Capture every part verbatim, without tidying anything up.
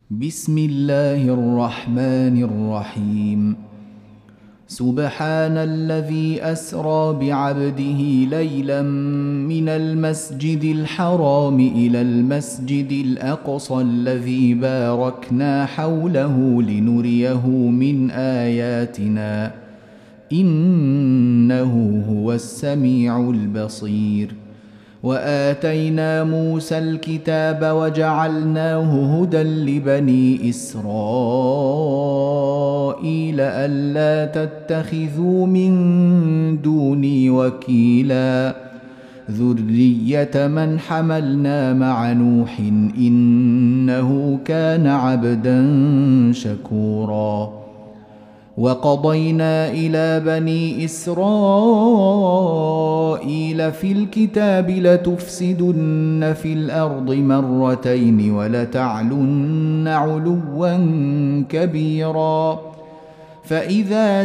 بسم الله الرحمن الرحيم. سبحان الذي أسرى بعبده ليلا من المسجد الحرام إلى المسجد الأقصى الذي باركنا حوله لنريه من آياتنا إنه هو السميع البصير. وآتينا موسى الكتاب وجعلناه هدى لبني إسرائيل ألا تتخذوا من دوني وكيلا ذرية من حملنا مع نوح إنه كان عبدا شكورا. وقضينا إلى بني إسرائيل في الكتاب لتفسدن في الأرض مرتين ولتعلن علوا كبيرا. فإذا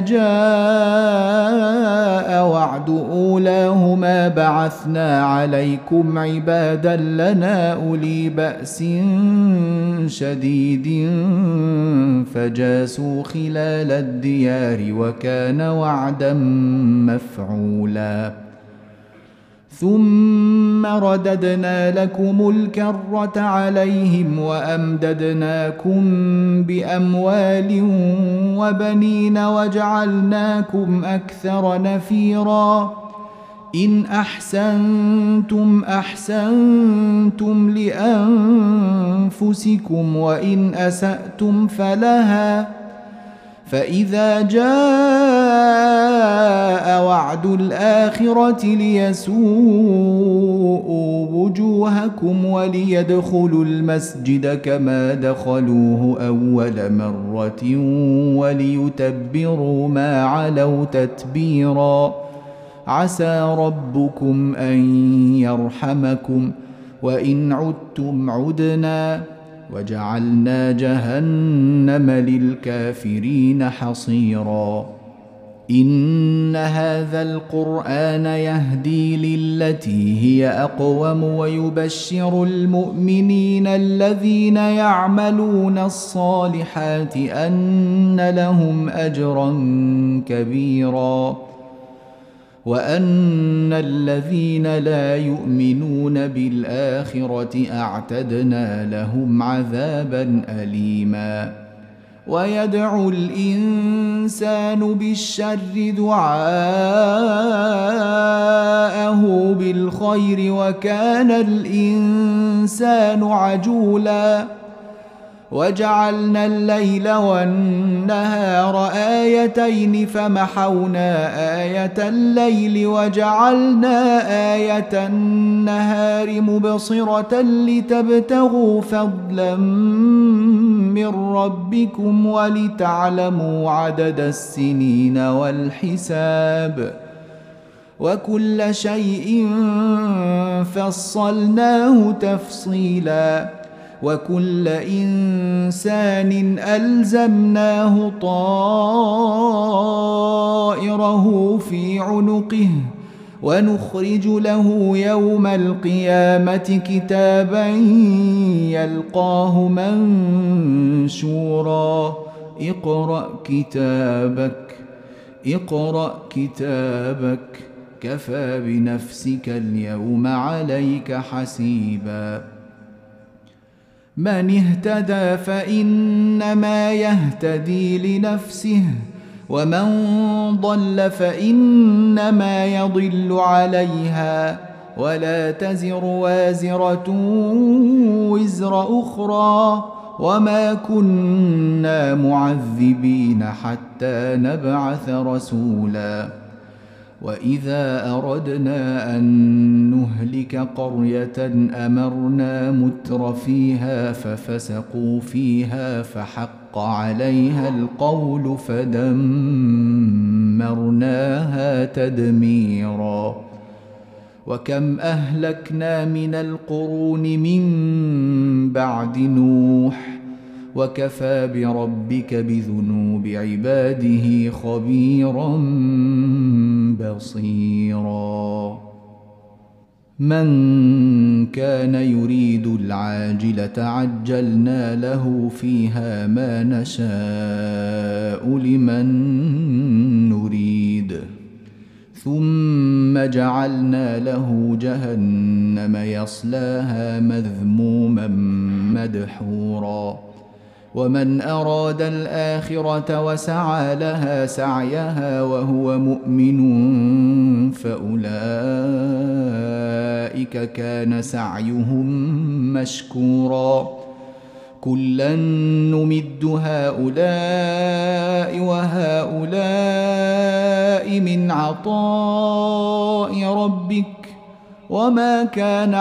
جاء وعد أولاهما بعثنا عليكم عبادا لنا أولي بأس شديد فجاسوا خلال الديار وكان وعدا مفعولا. ثم رددنا لكم الكرة عليهم وأمددناكم بأموال وبنين وجعلناكم أكثر نفيرا. إن أحسنتم أحسنتم لأنفسكم وإن أسأتم فلها. فإذا جاء وعد الآخرة ليسوءوا وجوهكم وليدخلوا المسجد كما دخلوه أول مرة وليتبروا ما علوا تتبيرا. عسى ربكم أن يرحمكم وإن عدتم عدنا وجعلنا جهنم للكافرين حصيرا. إن هذا القرآن يهدي للتي هي أقوم ويبشر المؤمنين الذين يعملون الصالحات أن لهم أجرا كبيرا وأن الذين لا يؤمنون بالآخرة أعتدنا لهم عذابا أليما. ويدعو الإنسان بالشر دعاءه بالخير وكان الإنسان عجولا. وجعلنا الليل والنهار آيتين فمحونا آية الليل وجعلنا آية النهار مبصرة لتبتغوا فضلا من ربكم ولتعلموا عدد السنين والحساب وكل شيء فصلناه تفصيلا. وكل إنسان ألزمناه طائره في عنقه ونخرج له يوم القيامة كتابا يلقاه منشورا. اقرأ كتابك اقرأ كتابك كفى بنفسك اليوم عليك حسيبا. من اهتدى فإنما يهتدي لنفسه ومن ضل فإنما يضل عليها ولا تزر وازرة وزر أخرى وما كنا معذبين حتى نبعث رسولا. وإذا أردنا أن نهلك قرية أمرنا متر فيها ففسقوا فيها فحق عليها القول فدمرناها تدميرا. وكم أهلكنا من القرون من بعد نوح وكفى بربك بذنوب عباده خبيرا بصيرا. من كان يريد العاجلة عجلنا له فيها ما نشاء لمن نريد ثم جعلنا له جهنم يصلاها مذموما مدحورا ومن أراد الآخرة وسعى لها سعيها وهو مؤمن فأولئك كان سعيهم مشكورا كلا نمد هؤلاء وهؤلاء من عطاء ربك وما كان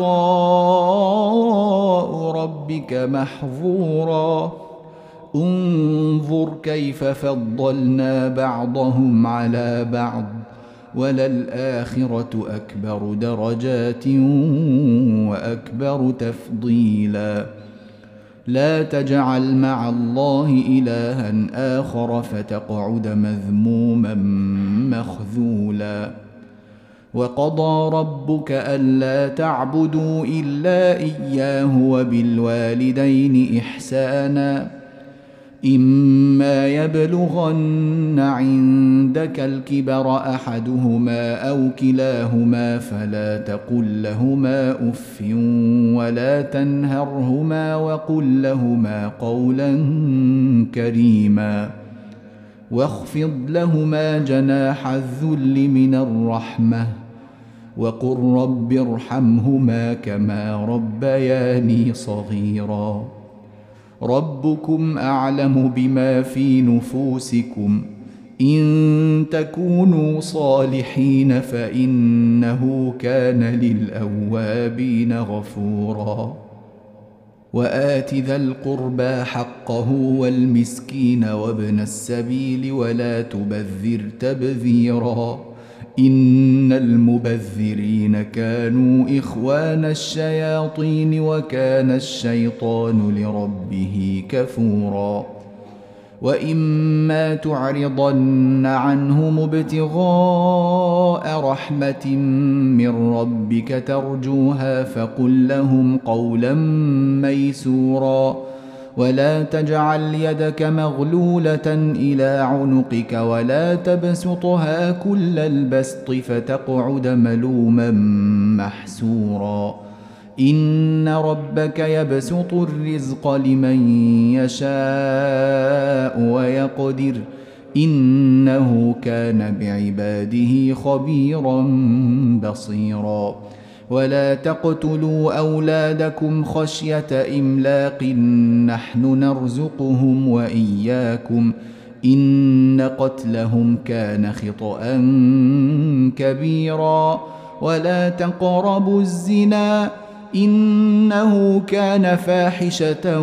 عطاء ربك محظورا انظر كيف فضلنا بعضهم على بعض وللآخرة أكبر درجات وأكبر تفضيلا لا تجعل مع الله إلها آخر فتقعد مذموما مخذولا وقضى ربك ألا تعبدوا إلا إياه وبالوالدين إحسانا إما يبلغن عندك الكبر أحدهما أو كلاهما فلا تقل لهما أف ولا تنهرهما وقل لهما قولا كريما واخفض لهما جناح الذل من الرحمة وقل رب ارحمهما كما ربياني صغيرا ربكم أعلم بما في نفوسكم إن تكونوا صالحين فإنه كان للأوابين غفورا وآت ذا القربى حقه والمسكين وابن السبيل ولا تبذر تبذيرا إن المبذرين كانوا إخوان الشياطين وكان الشيطان لربه كفورا وإما تعرضن عنهم ابتغاء رحمة من ربك ترجوها فقل لهم قولا ميسورا ولا تجعل يدك مغلولة إلى عنقك ولا تبسطها كل البسط فتقعد ملوما محسورا إن ربك يبسط الرزق لمن يشاء ويقدر إنه كان بعباده خبيرا بصيرا ولا تقتلوا أولادكم خشية إملاق نحن نرزقهم وإياكم إن قتلهم كان خطأ كبيرا ولا تقربوا الزنا إنه كان فاحشة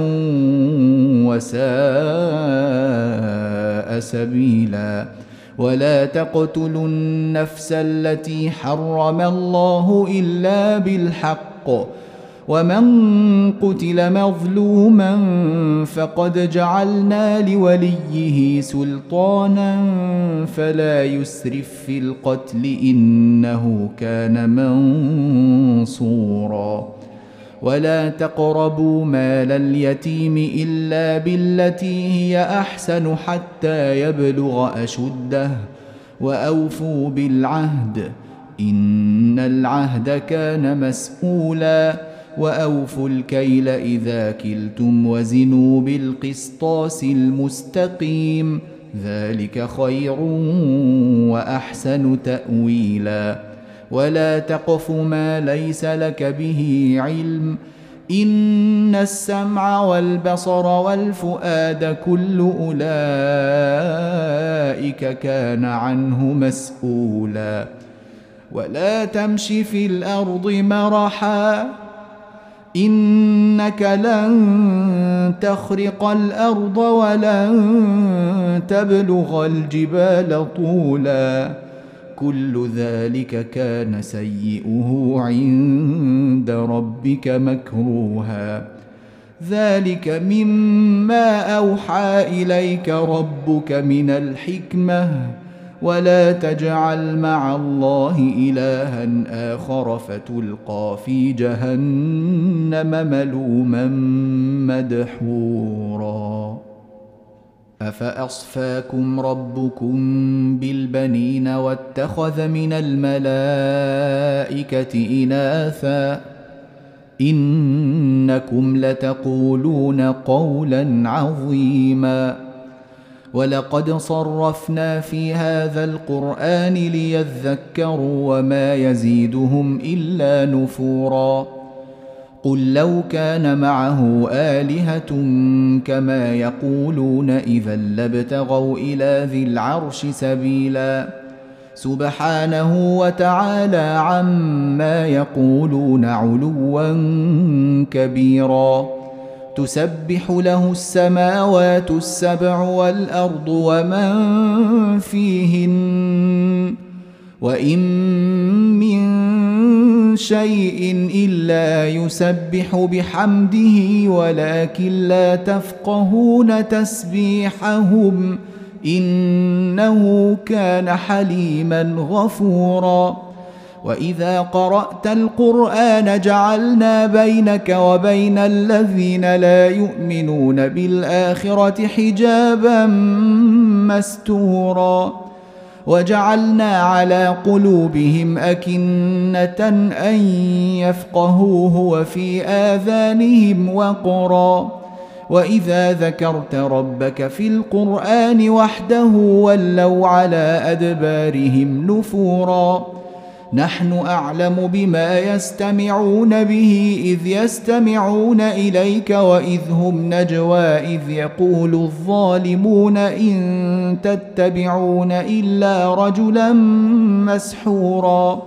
وساء سبيلا ولا تقتلوا النفس التي حرم الله إلا بالحق ومن قتل مظلوما فقد جعلنا لوليه سلطانا فلا يسرف في القتل إنه كان منصورا ولا تقربوا مال اليتيم إلا بالتي هي أحسن حتى يبلغ أشده وأوفوا بالعهد إن العهد كان مسؤولا وأوفوا الكيل إذا كلتم وزنوا بالقسطاس المستقيم ذلك خير وأحسن تأويلا ولا تقف ما ليس لك به علم إن السمع والبصر والفؤاد كل أولئك كان عنه مسؤولا ولا تمش في الأرض مرحا إنك لن تخرق الأرض ولن تبلغ الجبال طولا كل ذلك كان سيئه عند ربك مكروها ذلك مما أوحى إليك ربك من الحكمة ولا تجعل مع الله إلها آخر فتلقى في جهنم ملوما مدحورا أفأصفاكم ربكم بالبنين واتخذ من الملائكة إناثا إنكم لتقولون قولا عظيما ولقد صرفنا في هذا القرآن ليذكروا وما يزيدهم إلا نفورا قل لو كان معه آلهة كما يقولون إذا لابتغوا إلى ذي العرش سبيلا سبحانه وتعالى عما يقولون علوا كبيرا تسبح له السماوات السبع والأرض ومن فيهن وإن من شيء إلا يسبح بحمده ولكن لا تفقهون تسبيحهم إنه كان حليما غفورا وإذا قرأت القرآن جعلنا بينك وبين الذين لا يؤمنون بالآخرة حجابا مستورا وجعلنا على قلوبهم أكنة أن يفقهوه وفي آذانهم وقرا وإذا ذكرت ربك في القرآن وحده ولوا على أدبارهم نفورا نحن أعلم بما يستمعون به إذ يستمعون إليك وإذ هم نجوى إذ يقول الظالمون إن تتبعون إلا رجلا مسحورا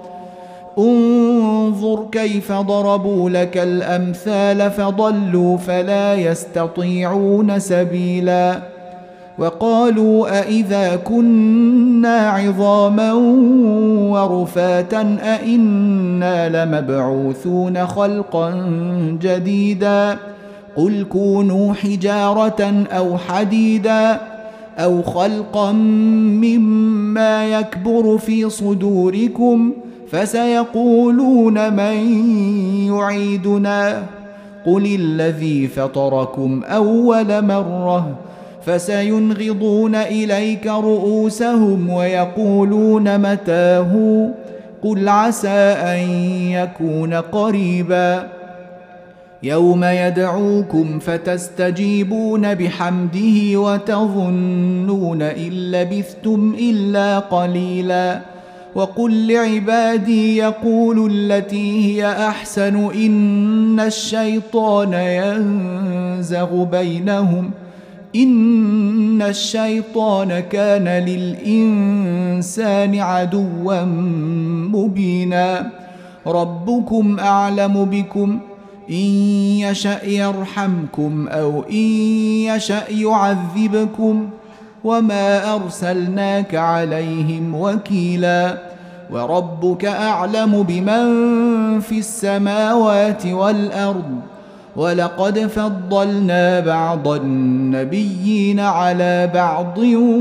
انظر كيف ضربوا لك الأمثال فضلوا فلا يستطيعون سبيلا وقالوا أإذا كنا عظاما ورفاتا أإنا لمبعوثون خلقا جديدا قل كونوا حجارة أو حديدا أو خلقا مما يكبر في صدوركم فسيقولون من يعيدنا قل الذي فطركم أول مرة فسينغضون إليك رؤوسهم ويقولون متاه قل عسى أن يكون قريبا يوم يدعوكم فتستجيبون بحمده وتظنون إن لبثتم إلا قليلا وقل لعبادي يقولوا التي هي أحسن إن الشيطان ينزغ بينهم إن الشيطان كان للإنسان عدوا مبينا ربكم أعلم بكم إن يشأ يرحمكم أو إن يشأ يعذبكم وما أرسلناك عليهم وكيلا وربك أعلم بمن في السماوات والأرض ولقد فضلنا بعض النبيين على بعض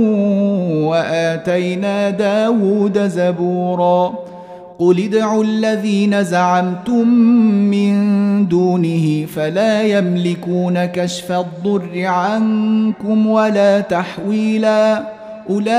وآتينا داود زبورا قل ادعوا الذين زعمتم من دونه فلا يملكون كشف الضر عنكم ولا تحويلا أولئك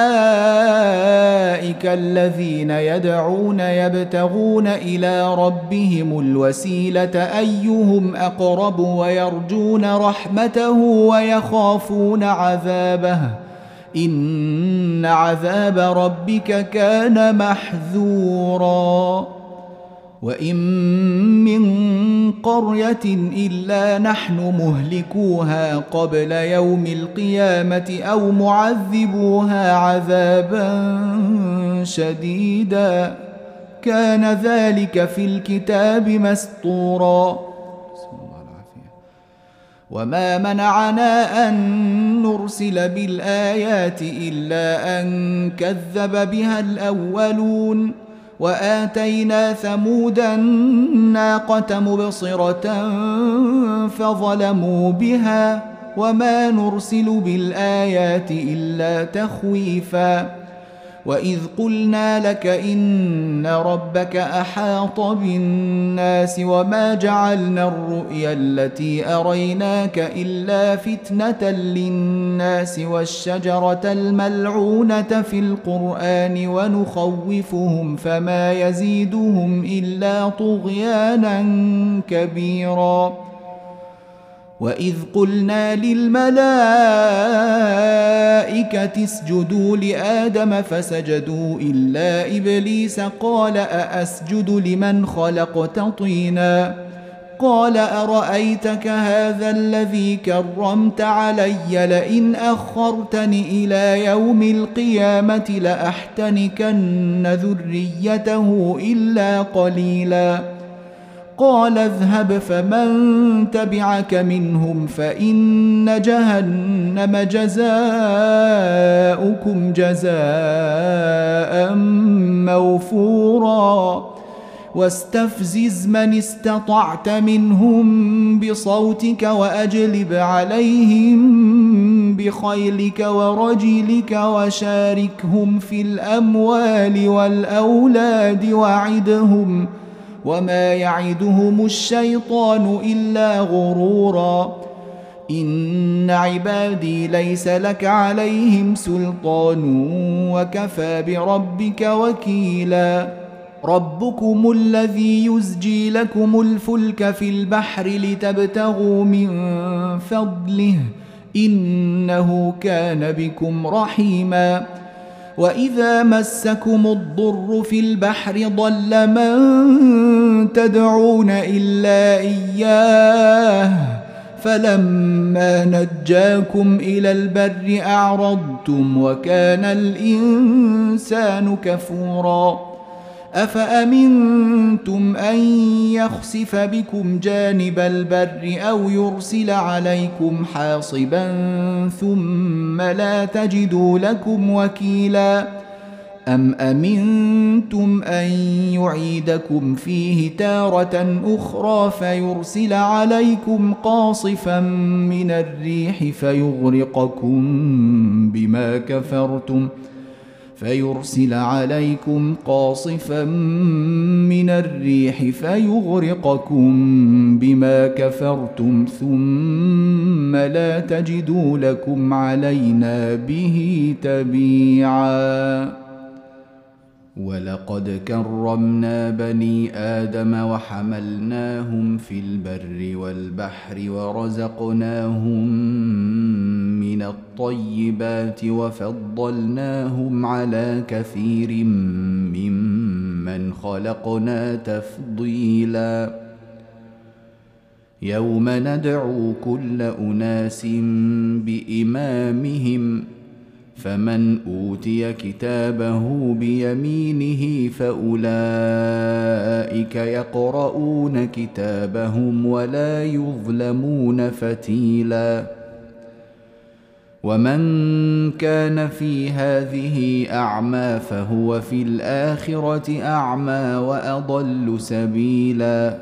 الذين يدعون يبتغون إلى ربهم الوسيلة أيهم أقرب ويرجون رحمته ويخافون عذابه إن عذاب ربك كان محذورا وإن من قرية إلا نحن مهلكوها قبل يوم القيامة أو معذبوها عذابا شديدا كان ذلك في الكتاب مسطورا وما منعنا أن نرسل بالآيات إلا أن كذب بها الأولون وآتينا ثمود الناقة مبصرة فظلموا بها وما نرسل بالآيات إلا تخويفا وإذ قلنا لك إن ربك أحاط بالناس وما جعلنا الرؤيا التي أريناك إلا فتنة للناس والشجرة الملعونة في القرآن ونخوفهم فما يزيدهم إلا طغيانا كبيرا. وإذ قلنا للملائكة اسجدوا لآدم فسجدوا إلا إبليس قال أأسجد لمن خلقت طينا قال أرأيتك هذا الذي كرمت علي لئن أخرتني إلى يوم القيامة لأحتنكن ذريته إلا قليلا. قال اذهب فمن تبعك منهم فإن جهنم جزاؤكم جزاء موفورا. واستفزز من استطعت منهم بصوتك وأجلب عليهم بخيلك ورجلك وشاركهم في الأموال والأولاد وعدهم وما يعدهم الشيطان إلا غرورا. إن عبادي ليس لك عليهم سلطان وكفى بربك وكيلا. ربكم الذي يزجي لكم الفلك في البحر لتبتغوا من فضله إنه كان بكم رحيما. وإذا مسكم الضر في البحر ضل من تدعون إلا إياه فلما نجاكم إلى البر أعرضتم وكان الإنسان كفورا. أفأمنتم أن يخسف بكم جانب البر أو يرسل عليكم حاصبا ثم لا تجدوا لكم وكيلا. أم أمنتم أن يعيدكم فيه تارة أخرى فيرسل عليكم قاصفا من الريح فيغرقكم بما كفرتم فيرسل عليكم قاصفا من الريح فيغرقكم بما كفرتم ثم لا تجدوا لكم علينا به تبيعا. ولقد كرمنا بني آدم وحملناهم في البر والبحر ورزقناهم من الطيبات وفضلناهم على كثير ممن خلقنا تفضيلا. يوم ندعو كل أناس بإمامهم فمن أوتي كتابه بيمينه فأولئك يقرؤون كتابهم ولا يظلمون فتيلا. ومن كان في هذه أعمى فهو في الآخرة أعمى وأضل سبيلا.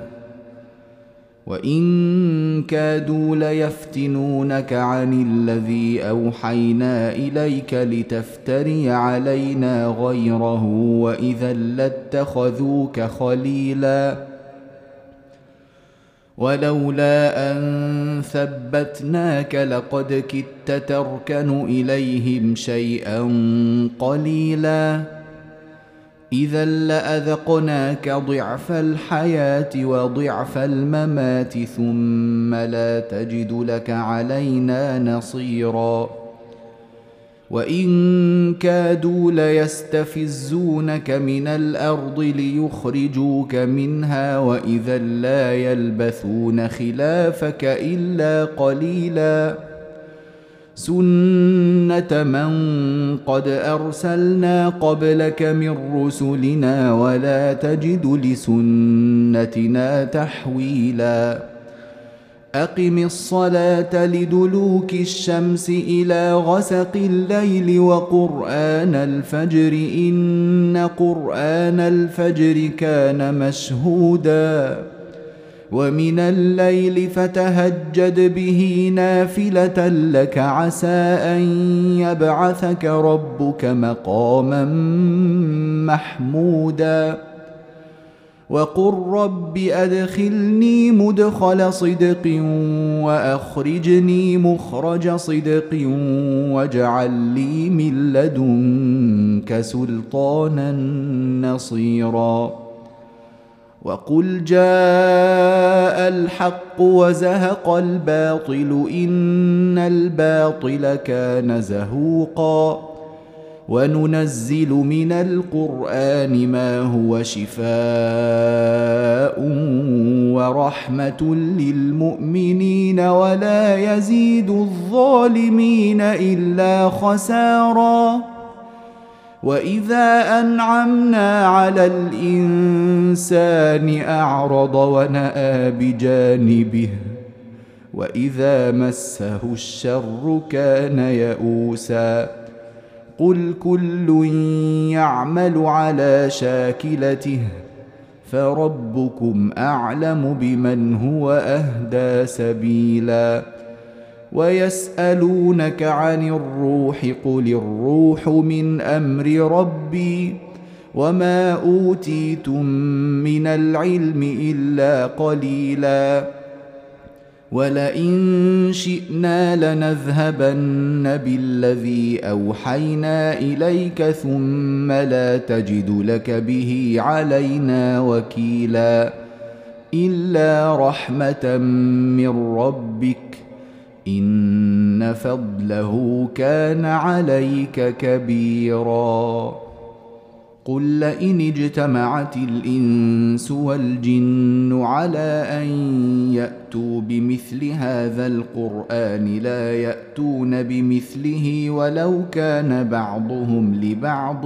وإن كادوا ليفتنونك عن الذي أوحينا إليك لتفتري علينا غيره وإذا لاتخذوك خليلا. ولولا أن ثبتناك لقد كدت تركن إليهم شيئا قليلا. إذا لأذقناك ضعف الحياة وضعف الممات ثم لا تجد لك علينا نصيرا. وإن كادوا ليستفزونك من الأرض ليخرجوك منها وإذا لا يلبثون خلافك إلا قليلا. سنة من قد أرسلنا قبلك من رسلنا ولا تجد لسنتنا تحويلا. أقم الصلاة لدلوك الشمس إلى غسق الليل وقرآن الفجر إن قرآن الفجر كان مشهودا. ومن الليل فتهجد به نافلة لك عسى أن يبعثك ربك مقاما محمودا وقل رب أدخلني مدخل صدق وأخرجني مخرج صدق واجعل لي من لدنك سلطانا نصيرا وقل جاء الحق وزهق الباطل إن الباطل كان زهوقا وننزل من القرآن ما هو شفاء ورحمة للمؤمنين ولا يزيد الظالمين إلا خسارا وإذا أنعمنا على الإنسان أعرض ونأى بجانبه وإذا مسه الشر كان يئوسا قل كل يعمل على شاكلته فربكم أعلم بمن هو أهدى سبيلا ويسألونك عن الروح قل الروح من أمر ربي وما أوتيتم من العلم إلا قليلا ولئن شئنا لنذهبن بالذي أوحينا إليك ثم لا تجد لك به علينا وكيلا إلا رحمة من ربك إن فضله كان عليك كبيرا قل لئن اجتمعت الإنس والجن على أن يأتوا بمثل هذا القرآن لا يأتون بمثله ولو كان بعضهم لبعض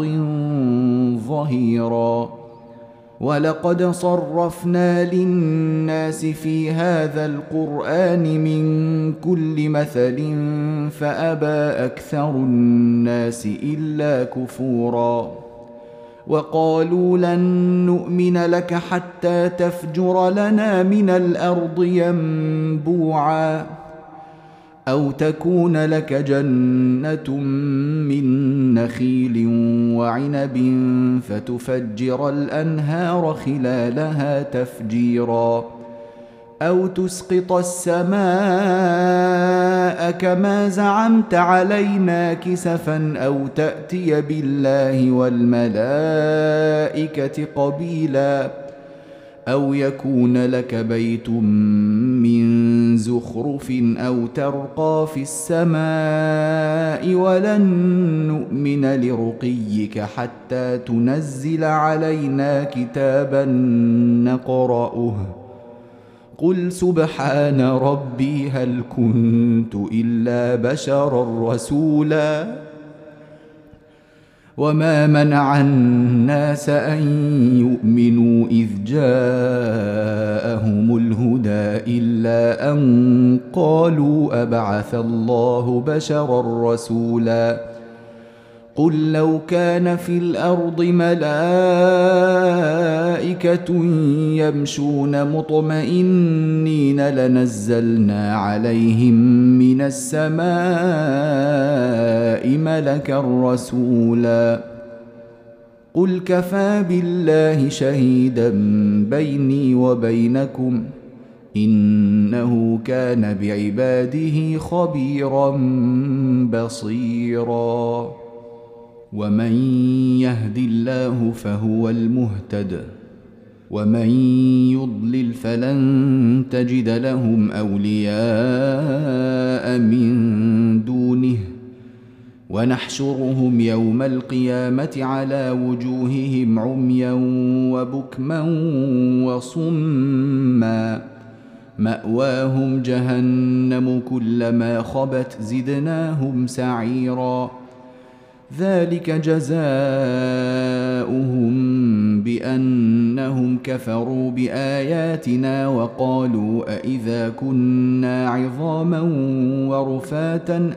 ظهيرا ولقد صرفنا للناس في هذا القرآن من كل مثل فأبى أكثر الناس إلا كفورا وقالوا لن نؤمن لك حتى تفجر لنا من الأرض ينبوعا أو تكون لك جنة من نخيل وعنب فتفجر الأنهار خلالها تفجيرا أو تسقط السماء كما زعمت علينا كسفا أو تأتي بالله والملائكة قبيلا أو يكون لك بيت من زخرف أو ترقى في السماء ولن نؤمن لرقيك حتى تنزل علينا كتابا نقرأه قل سبحان ربي هل كنت إلا بشرا رسولا وما منع الناس أن يؤمنوا إذ جاءهم الهدى إلا أن قالوا أبعث الله بشرا رسولا قل لو كان في الأرض ملائكة يمشون مطمئنين لنزلنا عليهم من السماء ملكا رسولا قل كفى بالله شهيدا بيني وبينكم إنه كان بعباده خبيرا بصيرا ومن يهد الله فهو المهتد ومن يضلل فلن تجد لهم أولياء من دونه ونحشرهم يوم القيامة على وجوههم عميا وبكما وصما مأواهم جهنم كلما خبت زدناهم سعيرا ذلك جزاؤهم بأنهم كفروا بآياتنا وقالوا أإذا كنا عظاما ورفاتا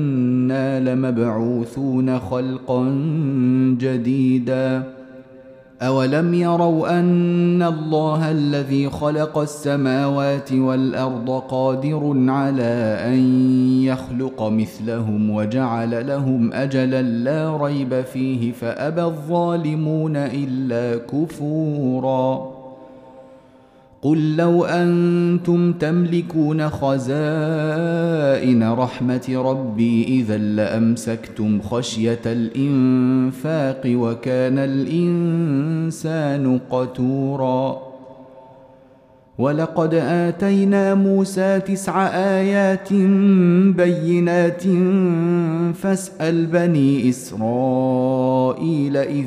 أإنا لمبعوثون خلقا جديدا أولم يروا أن الله الذي خلق السماوات والأرض قادر على أن يخلق مثلهم وجعل لهم أجلا لا ريب فيه فأبى الظالمون إلا كفورا قل لو أنتم تملكون خزائن رحمة ربي إذا لأمسكتم خشية الإنفاق وكان الإنسان قتورا ولقد آتينا موسى تسع آيات بينات فاسأل بني إسرائيل إذ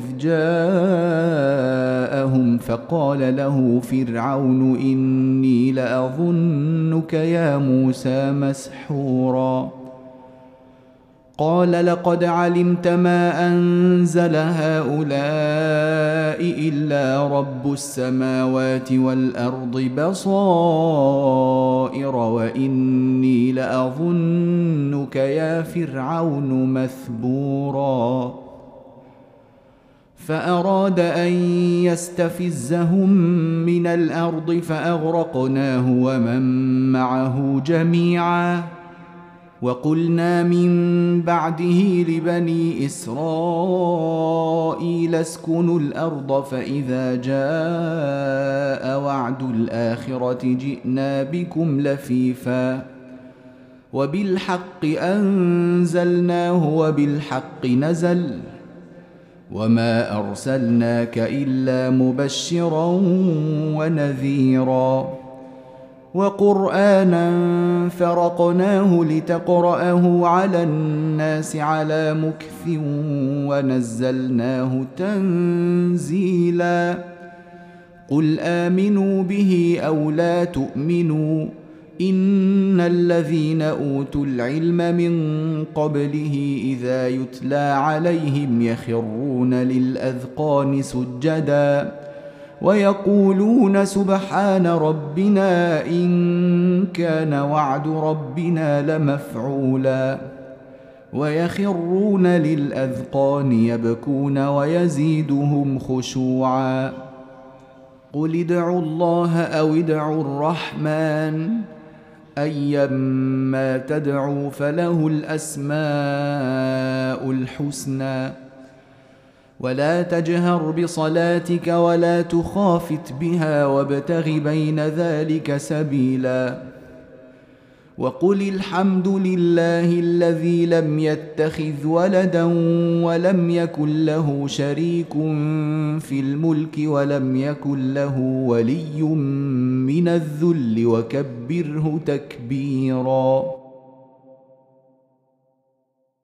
جاءهم فقال له فرعون إني لأظنك يا موسى مسحورا قال لقد علمت ما أنزل هؤلاء إلا رب السماوات والأرض بصائر وإني لأظنك يا فرعون مثبورا فأراد أن يستفزهم من الأرض فأغرقناه ومن معه جميعا وقلنا من بعده لبني إسرائيل اسكنوا الأرض فإذا جاء وعد الآخرة جئنا بكم لفيفا وبالحق أنزلناه وبالحق نزل وما أرسلناك إلا مبشرا ونذيرا وقرآنا فرقناه لتقرأه على الناس على مكث ونزلناه تنزيلا قل آمنوا به أو لا تؤمنوا إن الذين أوتوا العلم من قبله إذا يتلى عليهم يخرون للأذقان سجدا ويقولون سبحان ربنا إن كان وعد ربنا لمفعولا ويخرون للأذقان يبكون ويزيدهم خشوعا قل ادعوا الله أو ادعوا الرحمن أيما تدعوا فله الأسماء الحسنى ولا تجهر بصلاتك ولا تخافت بها وابتغ بين ذلك سبيلا وقل الحمد لله الذي لم يتخذ ولدا ولم يكن له شريك في الملك ولم يكن له ولي من الذل وكبره تكبيرا